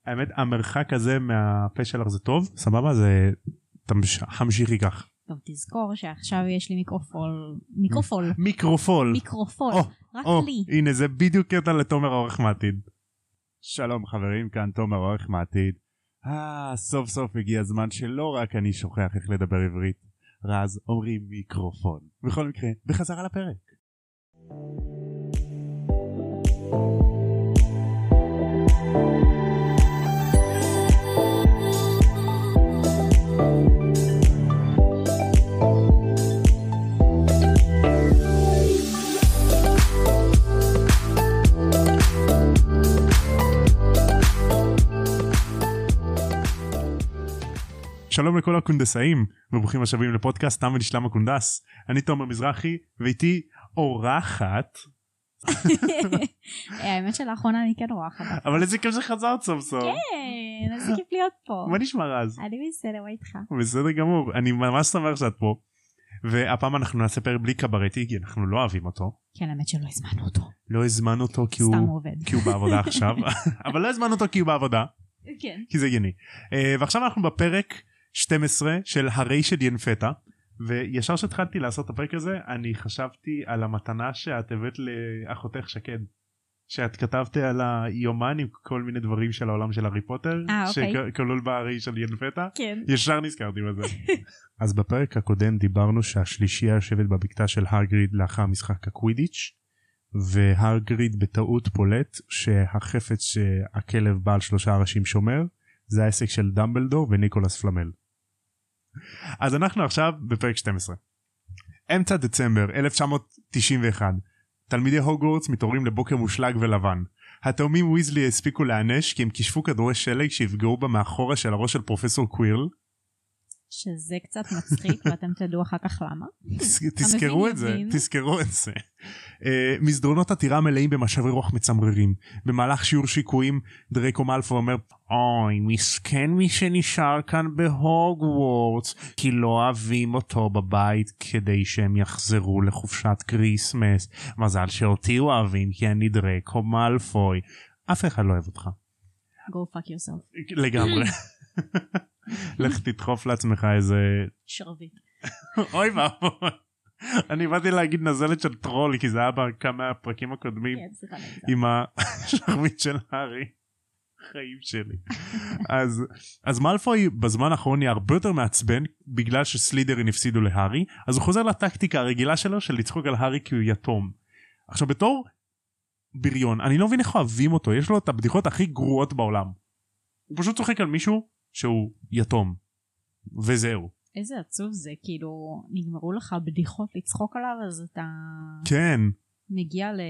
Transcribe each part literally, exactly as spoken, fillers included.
האמת, המרחק הזה מהפה שלך זה טוב, סבבה? זה המשיכי כך. טוב, תזכור שעכשיו יש לי מיקרופול, מיקרופול. מיקרופול. מיקרופול, רק לי. הנה, זה בדיוק קטע לתומר עורך מעתיד. שלום חברים, כאן תומר עורך מעתיד. אה, סוף סוף הגיע הזמן שלא רק אני שוכח איך לדבר עברית. רז אומרים מיקרופון. בכל מקרה, בחזרה לפרק. שלום לכל הקונדסאים, וברוכים השבים לפודקאסט תם ונשלם הקונדס. אני תומר מזרחי, ואיתי אורחת. האמת שלאחרונה אני כן אורחת. אבל איזה כיף שחזרת סוף סוף. כן, איזה כיף להיות פה. מה נשמע רז? אני בסדר, מה איתך? בסדר גמור, אני ממש שמח שאת פה. והפעם אנחנו נעשה פרק בלי קברטי, כי אנחנו לא אוהבים אותו. כן, האמת שלא הזמנו אותו. לא הזמנו אותו כי הוא, כי הוא בעבודה עכשיו, אבל לא הזמנו אותו כי הוא בעבודה. כן. כי זה הגיוני. ועכשיו אנחנו בפרק שתים עשרה של הרי של ינפתה, וישר שהתחלתי לעשות את הפרק הזה אני חשבתי על המתנה שאת הבאת לאחותך שקד, שאת כתבת על היומן עם כל מיני דברים של העולם של הארי פוטר, שכלול בהרי של ינפתה. כן. ישר נזכרתי בזה. אז בפרק הקודם דיברנו שהשלישייה יושבת בבקתה של הגריד לאחר משחק הקווידיץ', והגריד בטעות פולט שהחפץ שהכלב בעל שלושה ראשים שומר זה העסק של דמבלדור וניקולס פלמל. אז אנחנו עכשיו בפרק שתים עשרה. אמצע דצמבר אלף תשע מאות תשעים ואחת. תלמידי הוגוורטס מתעוררים לבוקר מושלג ולבן. התאומים ויזלי הספיקו להיענש כי הם כישפו כדורי שלג שיפגעו בה מאחורה של הראש של פרופסור קווירל. שזה קצת מצחיק ואתם תדעו אחר כך למה. תזכרו את זה, תזכרו את זה. מסדרונות עתירה מלאים במשאבי רוח מצמררים. במהלך שיעור שיקויים דרקו מאלפוי אומר, אוי, מסכן מי שנשאר כאן בהוגוורטס, כי לא אוהבים אותו בבית כדי שהם יחזרו לחופשת קריסמס. מזל שאותי אוהבים כי אני דרקו מאלפוי. אף אחד לא אוהב אותך. Go fuck yourself. לגמרי. לך תדחוף לעצמך איזה שרביט. אוי ואבוי. אני באתי להגיד נזלת של טרול כי זה היה בכמה הפרקים הקודמים עם השרביט של הארי. חיים שלי. אז אז מאלפוי בזמן האחרון היא הרבה יותר מעצבן בגלל שסלידרין הפסידו להארי, אז הוא חוזר לטקטיקה הרגילה שלו של לצחוק על הארי כי הוא יתום. עכשיו בתור בריון אני לא מבין איך אוהבים אותו, יש לו את הבדיחות הכי גרועות בעולם. הוא פשוט צוחק על מישהו שהוא יתום וזהו. איזה עצוב זה, כאילו נגמרו לך בדיחות לצחוק עליו אז אתה כן מגיע ל...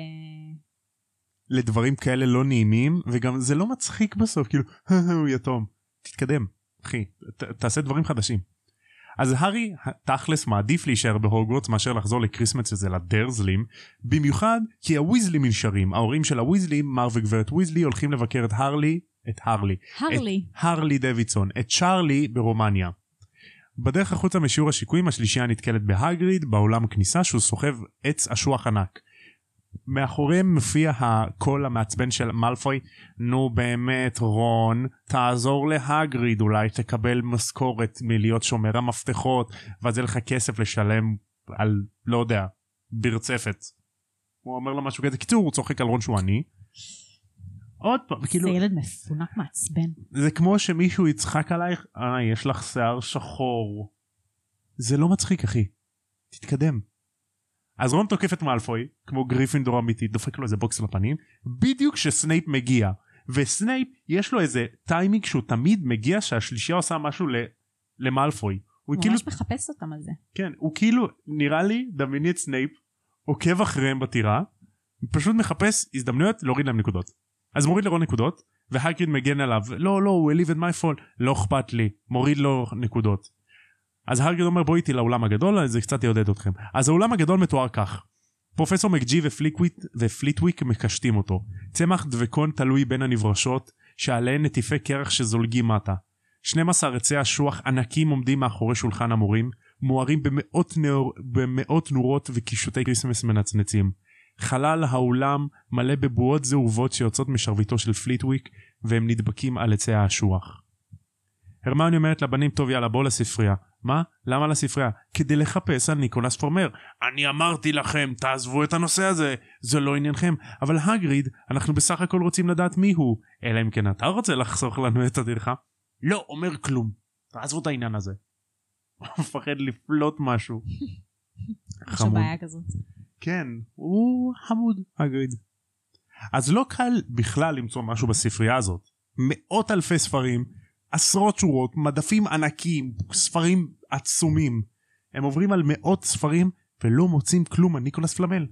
לדברים כאלה לא נעימים, וגם זה לא מצחיק בסוף, כאילו הוא יתום, תתקדם אחי, ת, תעשה דברים חדשים. אז הארי תכלס מעדיף להישאר בהוגוורטס מאשר לחזור לקריסמס הזה לדרזלים, במיוחד כי הוויזלים נשארים, ההורים של הוויזלים מר וגברת ויזלי הולכים לבקר את הרלי את הרלי. הרלי. את הרלי דוידסון. את צ'ארלי ברומניה. בדרך החוצה משיעור השיקויים השלישייה נתקלת בהגריד באולם הכניסה שהוא סוחב עץ אשוח ענק. מאחוריהם מופיע הקול המעצבן של מאלפוי, נו באמת רון, תעזור להגריד, אולי תקבל משכורת מלהיות שומר המפתחות, ואז יהיה לך כסף לשלם על, לא יודע, ברצפת. הוא אומר לו משהו כזה, קיצור הוא צוחק על רון שהוא עני. עוד פעם, כאילו, זה ילד מפונק מעצבן. זה כמו שמישהו יצחק עלייך, אה, יש לך שיער שחור. זה לא מצחיק, אחי. תתקדם. אז רון תוקף את מאלפוי, כמו גריפינדור אמיתי, דופק לו איזה בוקס לפנים, בדיוק שסנייפ מגיע. וסנייפ, יש לו איזה טיימינג שהוא תמיד מגיע שהשלישייה עושה משהו למאלפוי. הוא ממש כאילו... מחפש אותם על זה. כן, הוא כאילו, נראה לי, דמייני את סנייפ, עוקב אחריהם בטירה, פשוט מחפש הזדמנויות להוריד להם נקודות. אז מוריד לרון נקודות, והגריד מגן עליו, לא, לא, הוא העליב את my fault, לא אכפת לי, מוריד לו נקודות. אז הגריד אומר, בואי איתי לאולם הגדול, זה קצת יעודד אתכם. אז האולם הגדול מתואר כך, פרופסור מקג'י ופליטוויק מקשטים אותו, צמח דבקון תלוי בין הנברשות, שעליהן נטיפי קרח שזולגים מטה. שנים עשר עצי אשוח ענקים עומדים מאחורי שולחן המורים, מוארים במאות, נור, במאות נורות וקישוטי קריסמס מנצנצים. חלל האולם מלא בבועות זהובות שיוצאות משרביטו של פליטוויק, והם נדבקים על עצי האשוח. הרמיוני אומרת לבנים, טוב יאללה בוא לספרייה. מה? למה לספרייה? כדי לחפש על ניקולס פלמר. אני אמרתי לכם, תעזבו את הנושא הזה, זה לא עניינכם. אבל הגריד, אנחנו בסך הכל רוצים לדעת מי הוא. אלא אם כן אתה רוצה לחסוך לנו את הדרכה? לא אומר כלום. תעזבו את העניין הזה. הוא מפחד לפלוט משהו. יש לו בעיה כזאת. כן, הוא חמוד, הגריד. אז לא קל בכלל למצוא משהו בספרייה הזאת. מאות אלפי ספרים, עשרות שורות, מדפים ענקים, ספרים עצומים. הם עוברים על מאות ספרים ולא מוצאים כלום על ניקולס פלמל.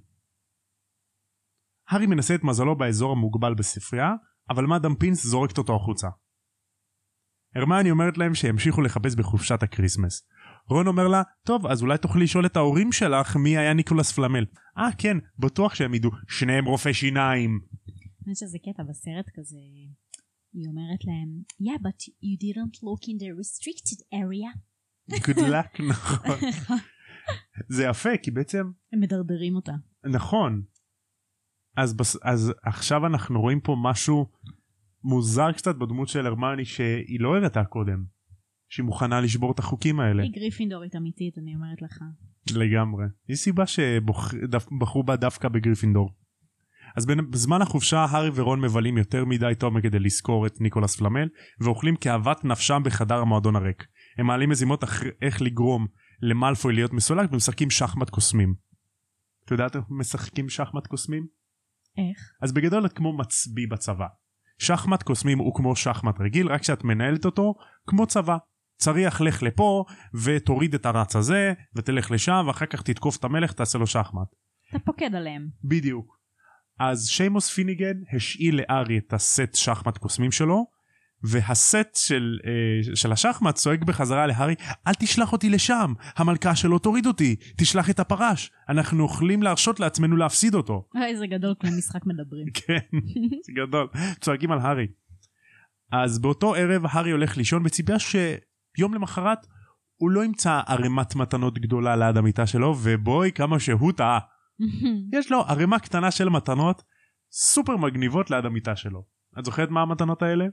הארי מנסה את מזלו באזור המוגבל בספרייה, אבל מאדם פינס זורקת אותו החוצה. הרמיוני אומרת להם שימשיכו לחפש בחופשת הקריסמס. רון אומר לה, טוב, אז אולי תוכלי לשאול את ההורים שלך מי היה ניקולס פלמל. אה, כן, בטוח שהם ידעו, שניהם רופאי שיניים. אני חושב שזה קטע בסרט כזה, היא אומרת להם, yeah, but you didn't look in the restricted area. Good luck, נכון. זה יפה, כי בעצם... הם מדרדרים אותה. נכון. אז, בס... אז עכשיו אנחנו רואים פה משהו מוזר קצת בדמות של הרמיוני שהיא לא הראתה קודם. שהיא מוכנה לשבור את החוקים האלה. היא גריפינדורית אמיתית, אני אומרת לך. לגמרי. יש סיבה שבחרו בה דווקא בגריפינדור. אז בזמן החופשה הארי ורון מבלים יותר מדי טוב כדי לזכור את ניקולס פלמל, ואוכלים כאוות נפשם בחדר המועדון הריק. הם מעלים מזימות איך לגרום למלפוי להיות מסולק ומשחקים שחמט קוסמים. אתה יודעת איך משחקים שחמט קוסמים? איך? אז בגדול את כמו מצביא בצבא. שחמט קוסמים הוא כמו שחמט רגיל, רק שאת מנהלת אותו כמו צבא. צריך לך לפה ותוריד את הרץ הזה ותלך לשם ואחר כך תתקוף את המלך, תעשה לו שחמט. אתה פוקד עליהם. בדיוק. אז שיימוס פיניגן השאיל לארי את הסט שחמט קוסמים שלו, והסט של, אה, של השחמט צועק בחזרה להרי, אל תשלח אותי לשם, המלכה שלו תוריד אותי, תשלח את הפרש, אנחנו יכולים להרשות לעצמנו להפסיד אותו. איזה גדול, כמו משחק מדברים. כן, זה גדול, צועקים על הארי. אז באותו ערב הארי הולך לישון בציפייה שיום למחרת הוא לא ימצא ערימת מתנות גדולה ליד המיטה שלו, ובואי כמה שהוא טעה. יש לו ערימה קטנה של מתנות סופר מגניבות ליד המיטה שלו. את זוכרת מה המתנות האלה?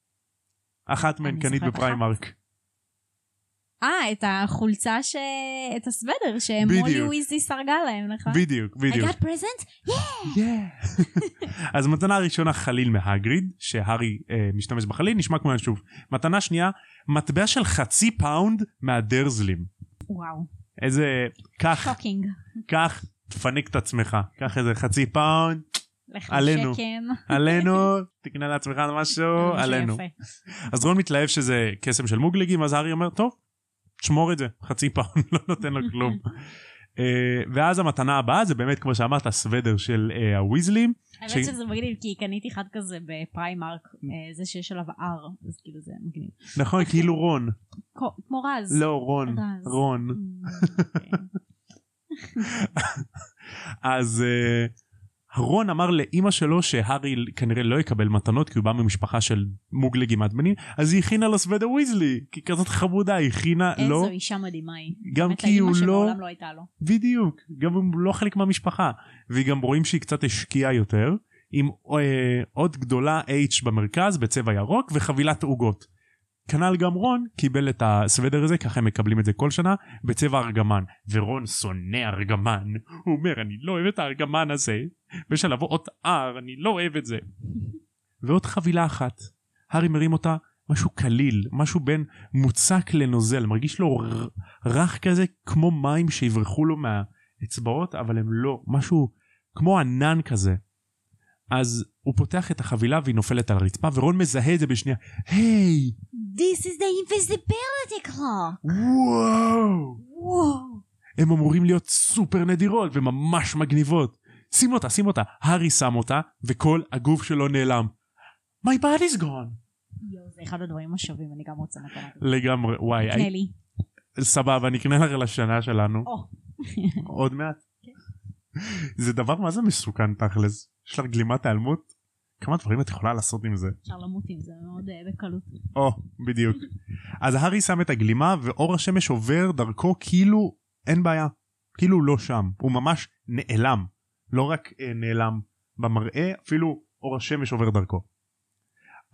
אחת מהן קנית בפריימרק. אה, את החולצה, ש... את הסוודר שמולי וויזלי סרגה להם, נכון? בדיוק, בדיוק. I got present? Yeah! Yeah! אז מתנה הראשונה חליל מהגריד, שהארי אה, משתמש בחליל, נשמע כמו שוב. מתנה שנייה, מטבע של חצי פאונד מהדרזלים. וואו. איזה, כך, שוקינג. כך, תפנק את עצמך. כך איזה חצי פאונד. עלינו, שקן. עלינו, תקנה לעצמך משהו, עלינו. אז רון מתלהב שזה קסם של מוגלגים, אז הארי אומר, טוב, תשמור את זה, חצי פאונד, לא נותן לו כלום. ואז המתנה הבאה זה באמת כמו שאמרת, הסוודר של הוויזלים. האמת שזה מגניב, כי קניתי אחד כזה בפריימרק, זה שיש עליו אר, אז כאילו זה מגניב. נכון, כאילו רון. כמו רז. לא, רון, רון. אז... רון אמר לאמא שלו שהארי כנראה לא יקבל מתנות כי הוא בא ממשפחה של מוגלגים מדמנים, אז היא הכינה לו סוודר וויזלי, כי כזאת חמודה, היא הכינה לו. איזו אישה מדהימה היא. גם כי הוא לא... שמעולם לא הייתה לו. בדיוק, גם הוא לא חלק מהמשפחה. והיא גם רואים שהיא קצת השקיעה יותר, עם אה, עוד גדולה H במרכז בצבע ירוק וחבילת עוגות. כנ"ל גם רון קיבל את הסוודר הזה, ככה הם מקבלים את זה כל שנה, בצבע ארגמן. ורון שונא ארגמן. הוא אומר, אני לא אוהב את הארגמן הזה. ויש עליו עוד אר, אני לא אוהב את זה. ועוד חבילה אחת. הארי מרים אותה, משהו קליל, משהו בין מוצק לנוזל. מרגיש לו רך כזה, כמו מים שיברחו לו מהאצבעות, אבל הם לא. משהו כמו ענן כזה. אז הוא פותח את החבילה והיא נופלת על הרצפה, ורון מזהה את זה בשנייה. היי! This is the invisibility clock! וואו! וואו! הם אמורים להיות סופר נדירות וממש מגניבות. שים אותה, שים אותה. הארי שם אותה, וכל הגוף שלו נעלם. My body's gone! יו, זה אחד הדברים השווים, אני גם רוצה מתנה. לגמרי, וואי. קנה לי. סבבה, אני אקנה לך לשנה שלנו. עוד מעט. זה דבר מה זה מסוכן תכלס. יש לך גלימת העלמות? כמה דברים את יכולה לעשות עם זה? אפשר למות עם זה מאוד בקלות. או, בדיוק. אז הארי שם את הגלימה ואור השמש עובר דרכו כאילו אין בעיה. כאילו הוא לא שם. הוא ממש נעלם. לא רק נעלם במראה, אפילו אור השמש עובר דרכו.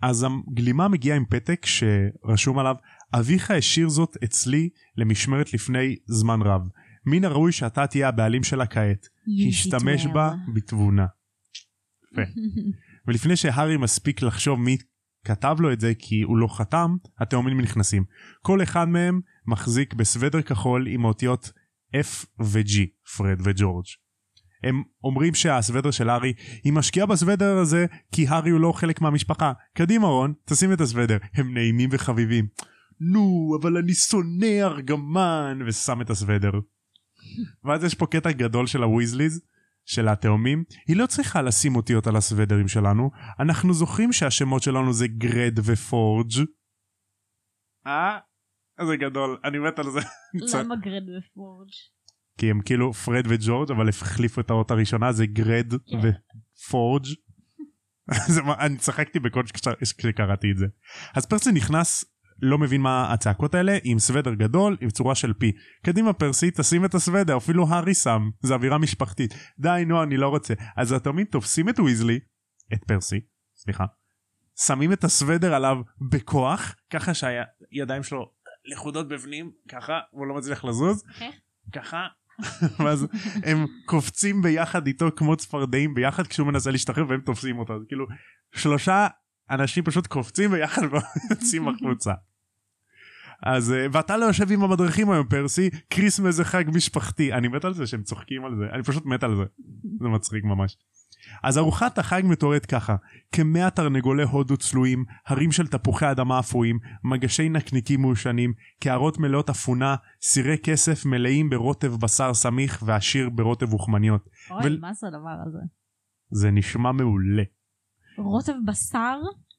אז הגלימה מגיעה עם פתק שרשום עליו, אביך השאיר זאת אצלי למשמרת לפני זמן רב. מן הראוי שאתה תהיה הבעלים שלה כעת. השתמש בה בתבונה. יפה. ולפני שהארי מספיק לחשוב מי כתב לו את זה כי הוא לא חתם, התאומים נכנסים. כל אחד מהם מחזיק בסוודר כחול עם האותיות F ו-G, פרד וג'ורג'. הם אומרים שהסוודר של הארי, היא משקיעה בסוודר הזה כי הארי הוא לא חלק מהמשפחה. קדימה רון, תשים את הסוודר. הם נעימים וחביבים. נו, אבל אני שונא ארגמן, ושם את הסוודר. ואז יש פה קטע גדול של הוויזליז, של התאומים. היא לא צריכה לשים אותיות על הסוודרים שלנו. אנחנו זוכרים שהשמות שלנו זה גרד ופורג'. אה? זה גדול, אני מת על זה. למה גרד ופורג'? כי הם כאילו פרד וג'ורג' אבל החליפו את האות הראשונה, זה גרד ופורג'. אני צחקתי בכל כשקראתי את זה. אז פרסי נכנס, לא מבין מה הצעקות האלה, עם סוודר גדול, עם צורה של פי. קדימה פרסי, תשים את הסוודר, אפילו הארי שם, זה אווירה משפחתית. די, נו, אני לא רוצה. אז התאומים תופסים את ויזלי, את פרסי, סליחה, שמים את הסוודר עליו בכוח, ככה שהידיים שלו לחודות בבנים, ככה, והוא לא מצליח לזוז, ככה, ואז הם קופצים ביחד איתו כמו צפרדעים ביחד כשהוא מנסה להשתחרר והם תופסים אותו. כאילו שלושה אנשים פשוט קופצים ביחד ויוצאים החוצה. אז ואתה לא יושב עם המדריכים היום פרסי, קריסמס זה חג משפחתי. אני מת על זה שהם צוחקים על זה, אני פשוט מת על זה, זה מצחיק ממש. אז ארוחת החג מתוארת ככה: כמאה תרנגולי הודו צלויים, הרים של תפוחי אדמה אפויים, מגשי נקניקים מעושנים, קערות מלאות אפונה, סירי כסף מלאים ברוטב בשר סמיך ועשיר ברוטב וחמניות. אוי, ו... מה זה הדבר הזה? זה נשמע מעולה. רוטב בשר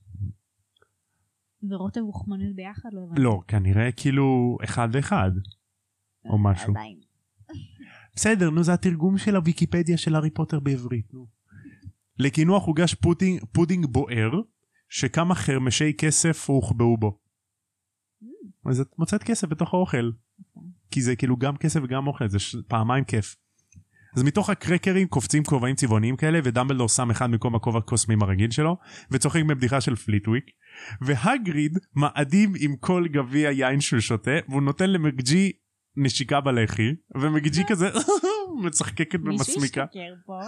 ורוטב וחמניות ביחד? לא הבנתי. לא, כנראה כאילו אחד ואחד או משהו. עדיין. בסדר, נו, זה התרגום של הוויקיפדיה של הארי פוטר בעברית, נו. לקינוח הוגש פודינג, פודינג בוער, שכמה חרמשי כסף הוחבאו בו. Mm. אז את מוצאת כסף בתוך האוכל. Okay. כי זה כאילו גם כסף וגם אוכל, זה ש... פעמיים כיף. אז מתוך הקרקרים קופצים כובעים צבעוניים כאלה, ודמבלדור שם אחד מקום הכובע קוסמים הרגיל שלו, וצוחק בבדיחה של פליטוויק. והגריד מאדים עם כל גביע יין שהוא שותה, והוא נותן למג'י נשיקה בלחי, ומג'י כזה מצחקקת במסמיקה. מישהו השתכר פה.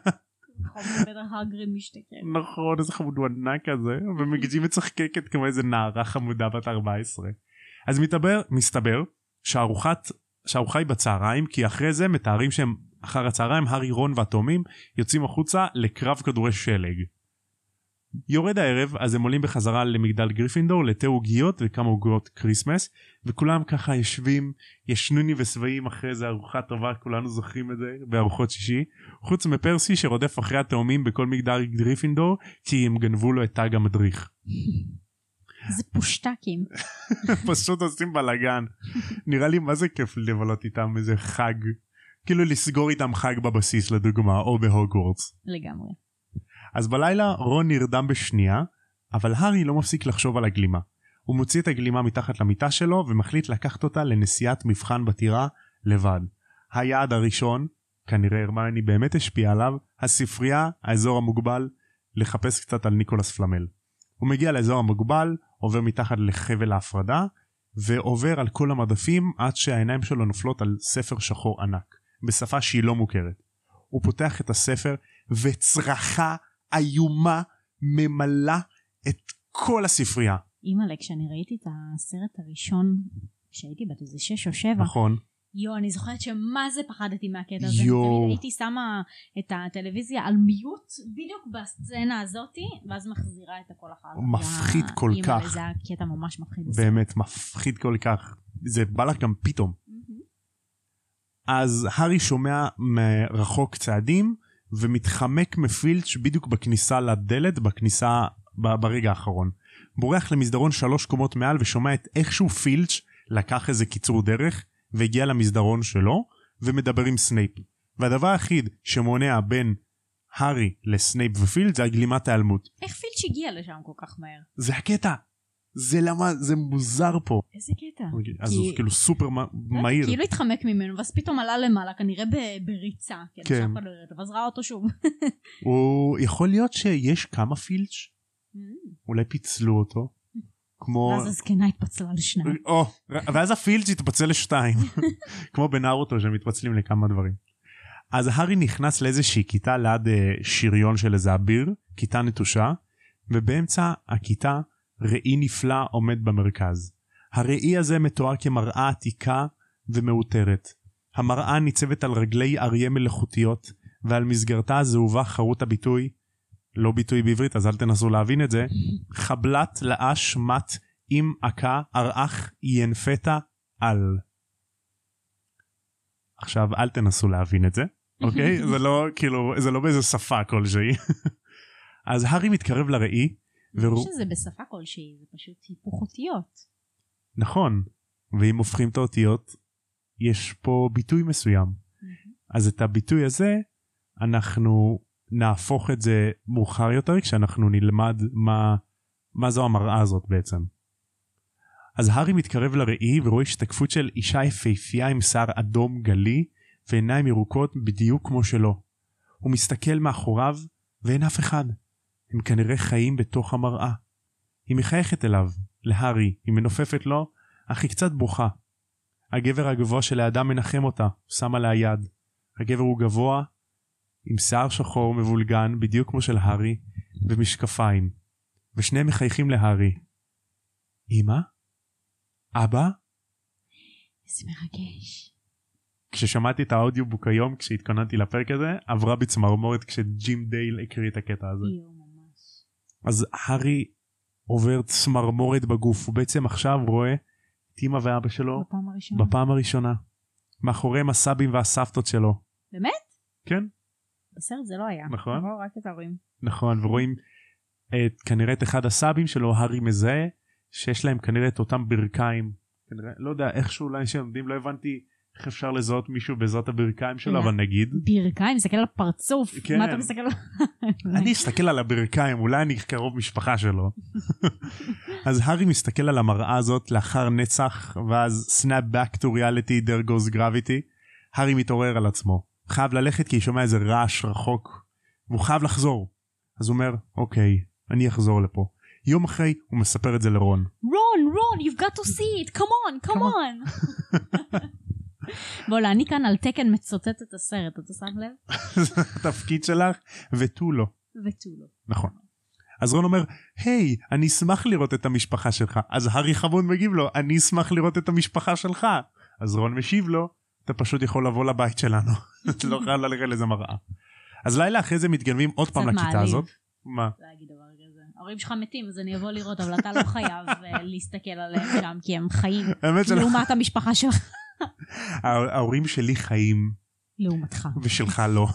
הגריד משתכר. נכון, איזה חמוד ענק כזה, ומג'י מצחקקת כמו איזה נערה חמודה בת ארבע עשרה. אז מתברר, מסתבר שהארוחת, שהארוחה היא בצהריים, כי אחרי זה מתארים שהם אחר הצהריים, הארי, רון והתאומים יוצאים החוצה לקרב כדורי שלג. יורד הערב, אז הם עולים בחזרה למגדל גריפינדור, לתה עוגיות וכמה עוגות קריסמס, וכולם ככה יושבים, ישנוני ושבעים אחרי זה ארוחה טובה, כולנו זוכרים את זה, בארוחות שישי, חוץ מפרסי שרודף אחרי התאומים בכל מגדל גריפינדור, כי הם גנבו לו את תג המדריך. זה פושטקים. פשוט עושים בלגן. נראה לי מה זה כיף לבלות איתם איזה חג, כאילו לסגור איתם חג בבסיס לדוגמה, או בהוגוורטס. לגמרי. אז בלילה רון נרדם בשנייה, אבל הארי לא מפסיק לחשוב על הגלימה. הוא מוציא את הגלימה מתחת למיטה שלו ומחליט לקחת אותה לנסיעת מבחן בטירה לבד. היעד הראשון, כנראה הרמיוני באמת השפיע עליו, הספרייה, האזור המוגבל, לחפש קצת על ניקולס פלמל. הוא מגיע לאזור המוגבל, עובר מתחת לחבל ההפרדה, ועובר על כל המדפים עד שהעיניים שלו נופלות על ספר שחור ענק, בשפה שהיא לא מוכרת. הוא פותח את הספר וצרחה איומה ממלאה את כל הספרייה. אימא'לה, כשאני ראיתי את הסרט הראשון, כשהייתי בת איזה שש או שבע, נכון. יו, אני זוכרת שמה זה פחדתי מהקטע הזה. תמיד הייתי שמה את הטלוויזיה על מיוט, בדיוק בסצנה הזאתי, ואז מחזירה את הכל אחר. מפחיד כל כך. אימא'לה, זה הקטע ממש מפחיד. באמת, מפחיד כל כך. זה בא לך גם פתאום. אז הארי שומע מרחוק צעדים, ומתחמק מפילץ' בדיוק בכניסה לדלת, בכניסה ברגע האחרון. בורח למסדרון שלוש קומות מעל ושומע את איכשהו פילץ' לקח איזה קיצור דרך והגיע למסדרון שלו ומדבר עם סנייפ. והדבר היחיד שמונע בין הארי לסנייפ ופילץ' זה הגלימת ההיעלמות. איך פילץ' הגיע לשם כל כך מהר? זה הקטע. זה למה, זה מוזר פה. איזה קטע? אז הוא כאילו סופר מהיר. כאילו התחמק ממנו, ואז פתאום עלה למעלה, כנראה בריצה. כן. ואז ראה אותו שוב. הוא יכול להיות שיש כמה פילץ' אולי פיצלו אותו. כמו... ואז הזקנה התפצלה לשניים. או, ואז הפילג' התפצל לשתיים. כמו בנארוטו שמתפצלים לכמה דברים. אז הארי נכנס לאיזושהי כיתה ליד שריון של איזה אביר, כיתה נטושה, ובאמצע הכיתה ראי נפלא עומד במרכז. הראי הזה מתואר כמראה עתיקה ומאותרת. המראה ניצבת על רגלי אריה מלאכותיות, ועל מסגרתה זהובה חרוט הביטוי, לא ביטוי בעברית אז אל תנסו להבין את זה, חבלת לאש מת עם עקה ארעך ינפתה על. עכשיו אל תנסו להבין את זה, אוקיי? זה לא כאילו, זה לא באיזה שפה כלשהי. אז הארי מתקרב לראי, לא שזה בשפה כלשהי, זה פשוט היפוך אותיות. נכון, ואם הופכים את האותיות, יש פה ביטוי מסוים. אז את הביטוי הזה, אנחנו נהפוך את זה מאוחר יותר, כשאנחנו נלמד מה, מה זו המראה הזאת בעצם. אז הארי מתקרב לראי, ורואה השתקפות של אישה יפהפייה עם שיער אדום גלי, ועיניים ירוקות בדיוק כמו שלו. הוא מסתכל מאחוריו, ואין אף אחד. הם כנראה חיים בתוך המראה. היא מחייכת אליו, להארי, היא מנופפת לו, אך היא קצת בוכה. הגבר הגבוה של האדם מנחם אותה, הוא שם עליה יד. הגבר הוא גבוה, עם שיער שחור מבולגן, בדיוק כמו של הארי, ומשקפיים. ושניהם מחייכים להארי. אמא? אבא? זה מרגש. כששמעתי את האודיובוק היום, כשהתכוננתי לפרק הזה, עברה בצמרמורת כשג'ים דייל הקריא את הקטע הזה. יו, ממש. אז הארי עובר צמרמורת בגוף, הוא בעצם עכשיו רואה את אמא ואבא שלו בפעם הראשונה. בפעם הראשונה. מאחוריהם הסבים והסבתות שלו. באמת? כן. בסרט זה לא היה. נכון. נכון, רק את ההורים. נכון, ורואים את, כנראה את אחד הסבים שלו, הארי מזהה, שיש להם כנראה את אותם ברכיים. כנראה, לא יודע, איכשהו אולי שעומדים, לא הבנתי איך אפשר לזהות מישהו בעזרת הברכיים שלו, אבל נגיד. ברכיים, מסתכל על הפרצוף. כן. מה אתה מסתכל על... אני אסתכל על הברכיים, אולי אני קרוב משפחה שלו. אז הארי מסתכל על המראה הזאת לאחר נצח, ואז snap back to reality, there goes gravity. הארי מתעורר על עצמו. חייב ללכת כי היא שומע איזה רעש רחוק, והוא חייב לחזור. אז הוא אומר, אוקיי, אני אחזור לפה. יום אחרי הוא מספר את זה לרון. רון, רון, you've got to see it, come on, come on. בוא, אני כאן על תקן מצוטט את הסרט, אתה שם לב? זה התפקיד שלך, ותו לא. ותו לא. נכון. אז רון אומר, היי, אני אשמח לראות את המשפחה שלך. אז הארי חמוד מגיב לו, אני אשמח לראות את המשפחה שלך. אז רון משיב לו, אתה פשוט יכול לבוא לבית שלנו. אתה לא חייב ללכת לזה מראה. אז לילה אחרי זה מתגנבים עוד פעם לכיתה הזאת. מה? להגיד דבר כזה. ההורים שלך מתים, אז אני אבוא לראות, אבל אתה לא חייב להסתכל עליהם שם, כי הם חיים. לעומת המשפחה שלך. ההורים שלי חיים. לעומתך. ושלך לא.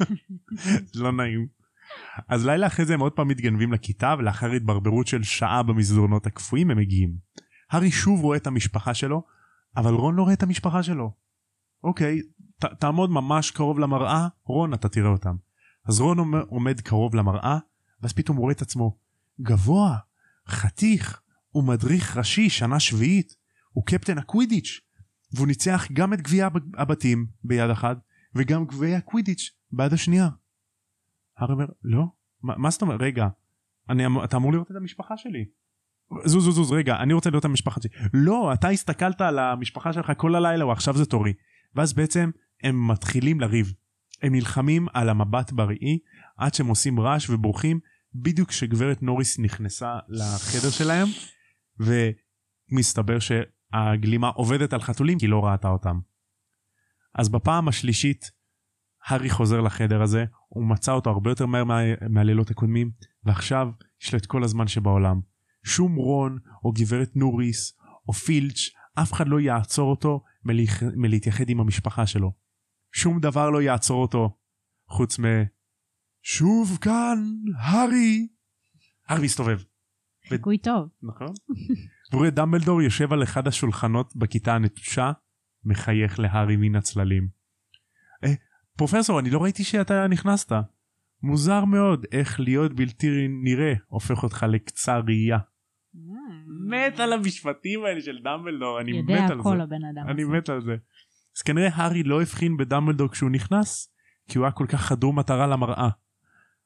לא נעים. אז לילה אחרי זה הם עוד פעם מתגנבים לכיתה, ולאחר התברברות של שעה במסדרונות הקפואים הם מגיעים. הארי שוב רואה את המשפחה שלו, אבל רון לא רואה את המשפחה שלו. אוקיי, ת, תעמוד ממש קרוב למראה, רון אתה תראה אותם. אז רון עומד קרוב למראה, ואז פתאום הוא רואה את עצמו. גבוה, חתיך, הוא מדריך ראשי שנה שביעית, הוא קפטן הקווידיץ', והוא ניצח גם את גביע הבתים ביד אחת, וגם גביע הקווידיץ' ביד השנייה. הארי אומר, לא? מה, מה זאת אומרת? רגע, אני, אתה אמור לראות את המשפחה שלי. זוז זוז זוז רגע, אני רוצה לראות את המשפחה שלי. לא, אתה הסתכלת על המשפחה שלך כל הלילה, ועכשיו זה תורי. ואז בעצם הם מתחילים לריב. הם נלחמים על המבט בראי, עד שהם עושים רעש ובורחים, בדיוק כשגברת נוריס נכנסה לחדר שלהם, ומסתבר שהגלימה עובדת על חתולים, כי לא ראתה אותם. אז בפעם השלישית, הארי חוזר לחדר הזה, הוא מצא אותו הרבה יותר מהר מה, מהלילות הקודמים, ועכשיו יש לו את כל הזמן שבעולם. שום רון, או גברת נוריס, או פילץ', אף אחד לא יעצור אותו מלהתייחד, מלהתייחד עם המשפחה שלו. שום דבר לא יעצור אותו, חוץ מ... שוב כאן, הארי. הארי מסתובב. חיקוי ו... טוב. נכון. והוא רואה דמבלדור יושב על אחד השולחנות בכיתה הנטושה, מחייך להארי מן הצללים. אה, פרופסור, אני לא ראיתי שאתה נכנסת. מוזר מאוד איך להיות בלתי נראה הופך אותך לקצר ראייה. מת על המשפטים האלה של דמבלדור, אני מת על זה. יודע כל הבן אדם. אני מת על זה. אז כנראה הארי לא הבחין בדמבלדור כשהוא נכנס, כי הוא היה כל כך חדור מטרה למראה.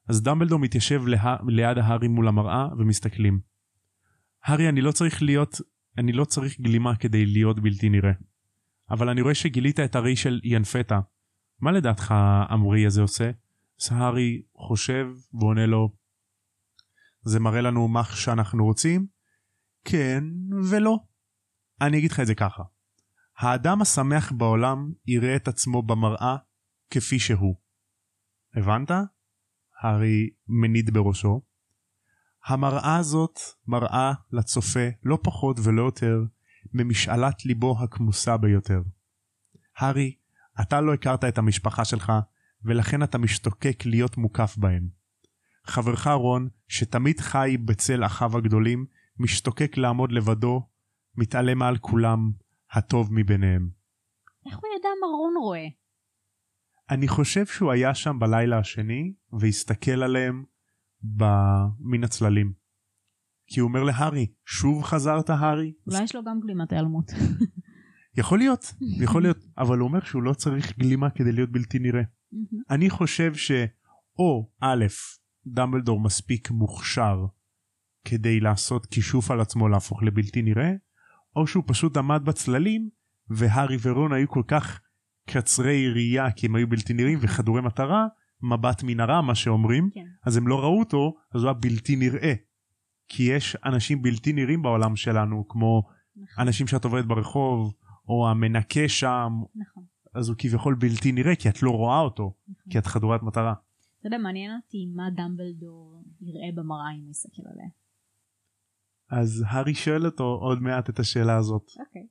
אז דמבלדור מתיישב לה... ליד ההארי מול המראה ומסתכלים. הארי, אני לא צריך להיות, אני לא צריך גלימה כדי להיות בלתי נראה. אבל אני רואה שגילית את הראי של ינפתה. מה לדעתך המורי הזה עושה? אז הארי חושב ועונה לו, זה מראה לנו מה שאנחנו רוצים? כן ולא. אני אגיד לך את זה ככה. האדם השמח בעולם יראה את עצמו במראה כפי שהוא. הבנת? הארי מניד בראשו. המראה הזאת מראה לצופה לא פחות ולא יותר ממשאלת ליבו הכמוסה ביותר. הארי, אתה לא הכרת את המשפחה שלך ולכן אתה משתוקק להיות מוקף בהם. חברך רון, שתמיד חי בצל אחיו הגדולים, משתוקק לעמוד לבדו, מתעלם על כולם, הטוב מביניהם. איך הוא ידע מה רון רואה? אני חושב שהוא היה שם בלילה השני והסתכל עליהם מן הצללים. כי הוא אומר להארי, שוב חזרת הארי? אולי יש לו גם גלימת היעלמות. יכול להיות, יכול להיות, אבל הוא אומר שהוא לא צריך גלימה כדי להיות בלתי נראה. אני חושב שאו א', דמבלדור מספיק מוכשר כדי לעשות כישוף על עצמו להפוך לבלתי נראה, או שהוא פשוט עמד בצללים והארי ורון היו כל כך קצרי ראייה כי הם היו בלתי נראים וחדורי מטרה, מבט מנהרה מה שאומרים, כן. אז הם לא ראו אותו, אז הוא היה בלתי נראה. כי יש אנשים בלתי נראים בעולם שלנו, כמו נכון. אנשים שאת עוברת ברחוב, או המנקה שם, נכון. אז הוא כביכול בלתי נראה כי את לא רואה אותו, נכון. כי את חדורת מטרה. אתה יודע, מעניין אותי מה דמבלדור יראה במראה אם הוא יסתכל עליה. אז הארי שואל אותו עוד מעט את השאלה הזאת. אוקיי.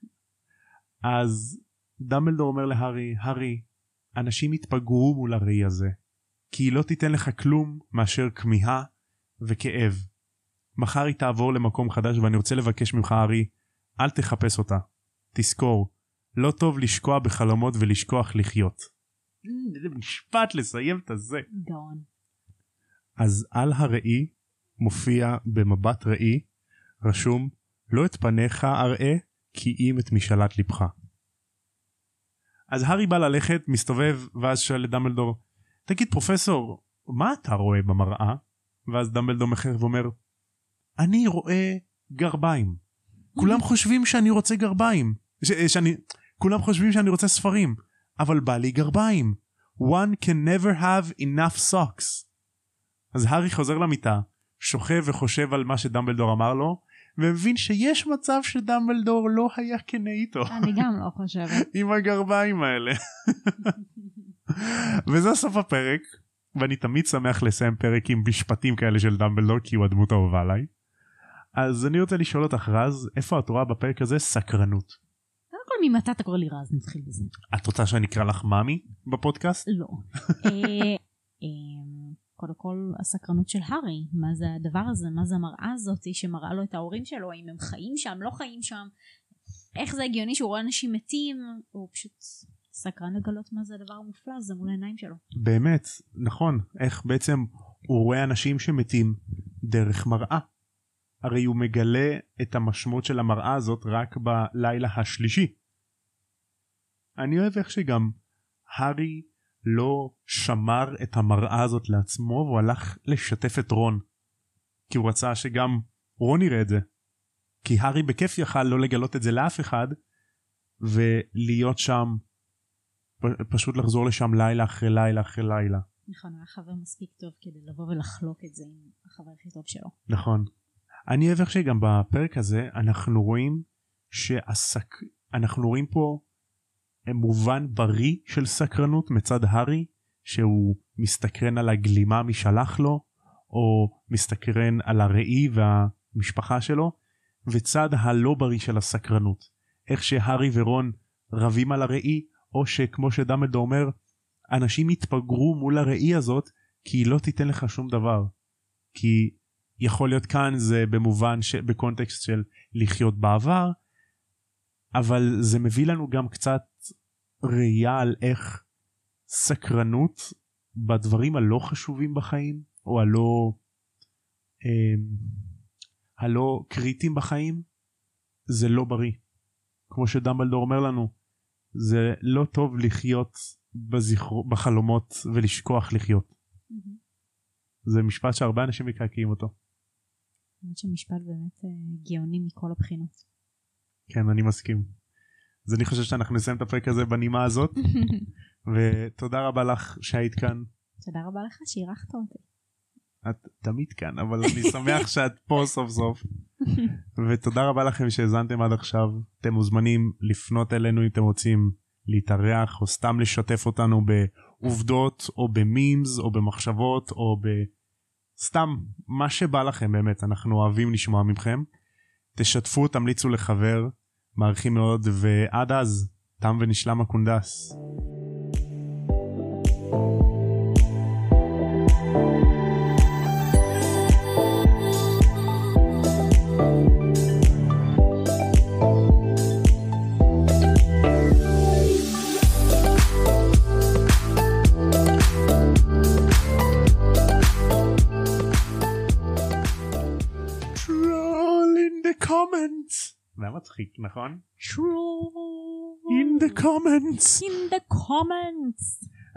אז דמבלדור אומר להארי, הארי, אנשים יתפגרו מול הראי הזה, כי היא לא תיתן לך כלום מאשר כמיהה וכאב. מחר היא תעבור למקום חדש ואני רוצה לבקש ממך הארי, אל תחפש אותה. תזכור, לא טוב לשקוע בחלומות ולשכוח לחיות. זה משפט לסיים את זה. גאון. אז על הראי מופיע במבט ראי, רשום, לא את פניך אראה, כי אם את משאלת לבך. אז הארי בא ללכת, מסתובב, ואז שואל לדמבלדור, תגיד פרופסור, מה אתה רואה במראה? ואז דמבלדור מחר ואומר, אני רואה גרביים. כולם חושבים שאני רוצה גרביים. ש- שאני, כולם חושבים שאני רוצה ספרים, אבל בא לי גרביים. One can never have enough socks. אז הארי חוזר למיטה, שוכב וחושב על מה שדמבלדור אמר לו, ומבין שיש מצב שדמבלדור לא היה כנה איתו. אני גם לא חושבת. עם הגרביים האלה. וזה סוף הפרק, ואני תמיד שמח לסיים פרק עם משפטים כאלה של דמבלדור, כי הוא הדמות האהובה עליי. אז אני רוצה לשאול אותך רז, איפה את רואה בפרק הזה סקרנות? קודם כל ממתי אתה קורא לי רז, נתחיל בזה. את רוצה שאני אקרא לך מאמי בפודקאסט? לא. קודם כל הסקרנות של הארי, מה זה הדבר הזה, מה זה המראה הזאת שמראה לו את ההורים שלו, אם הם חיים שם, לא חיים שם, איך זה הגיוני שהוא רואה אנשים מתים, הוא פשוט סקרן לגלות מה זה הדבר המופלא הזה מול העיניים שלו. באמת, נכון, איך בעצם הוא רואה אנשים שמתים דרך מראה. הרי הוא מגלה את המשמעות של המראה הזאת רק בלילה השלישי. אני אוהב איך שגם הארי לא שמר את המראה הזאת לעצמו והוא הלך לשתף את רון. כי הוא רצה שגם רון יראה את זה. כי הארי בכיף יכל לא לגלות את זה לאף אחד ולהיות שם, פשוט לחזור לשם לילה אחרי לילה אחרי לילה. נכון, הוא היה חבר מספיק טוב כדי לבוא ולחלוק את זה עם החבר הכי טוב שלו. נכון. אני אוהב איך שגם בפרק הזה אנחנו רואים שהסק... אנחנו רואים פה מובן בריא של סקרנות מצד הארי, שהוא מסתקרן על הגלימה משלח לו, או מסתקרן על הראי והמשפחה שלו, וצד הלא בריא של הסקרנות. איך שהארי ורון רבים על הראי, או שכמו שדמבלדור אומר, אנשים יתפגרו מול הראי הזאת, כי היא לא תיתן לך שום דבר. כי יכול להיות כאן זה במובן ש... בקונטקסט של לחיות בעבר, אבל זה מביא לנו גם קצת ראייה על איך סקרנות בדברים הלא חשובים בחיים, או הלא, אה, הלא קריטיים בחיים, זה לא בריא. כמו שדמבלדור אומר לנו, זה לא טוב לחיות בזכר... בחלומות ולשכוח לחיות. זה משפט שהרבה אנשים מקעקעים אותו. אני חושב שמשפט באמת גאוני מכל הבחינות. כן, אני מסכים. אז אני חושב שאנחנו נסיים את הפרק הזה בנימה הזאת, ותודה רבה לך שהיית כאן. תודה רבה לך שאירחת אותי. את תמיד כאן, אבל אני שמח שאת פה סוף סוף. ותודה רבה לכם שהזנתם עד עכשיו. אתם מוזמנים לפנות אלינו אם אתם רוצים להתארח, או סתם לשתף אותנו בעובדות, או במימס, או במחשבות, או בסתם מה שבא לכם באמת. אנחנו אוהבים לשמוע מכם. תשתפו, תמליצו לחבר, מעריכים מאוד, ועד אז, תם ונשלם הקונדס. זה מצחיק, נכון? True. In the comments. In the comments.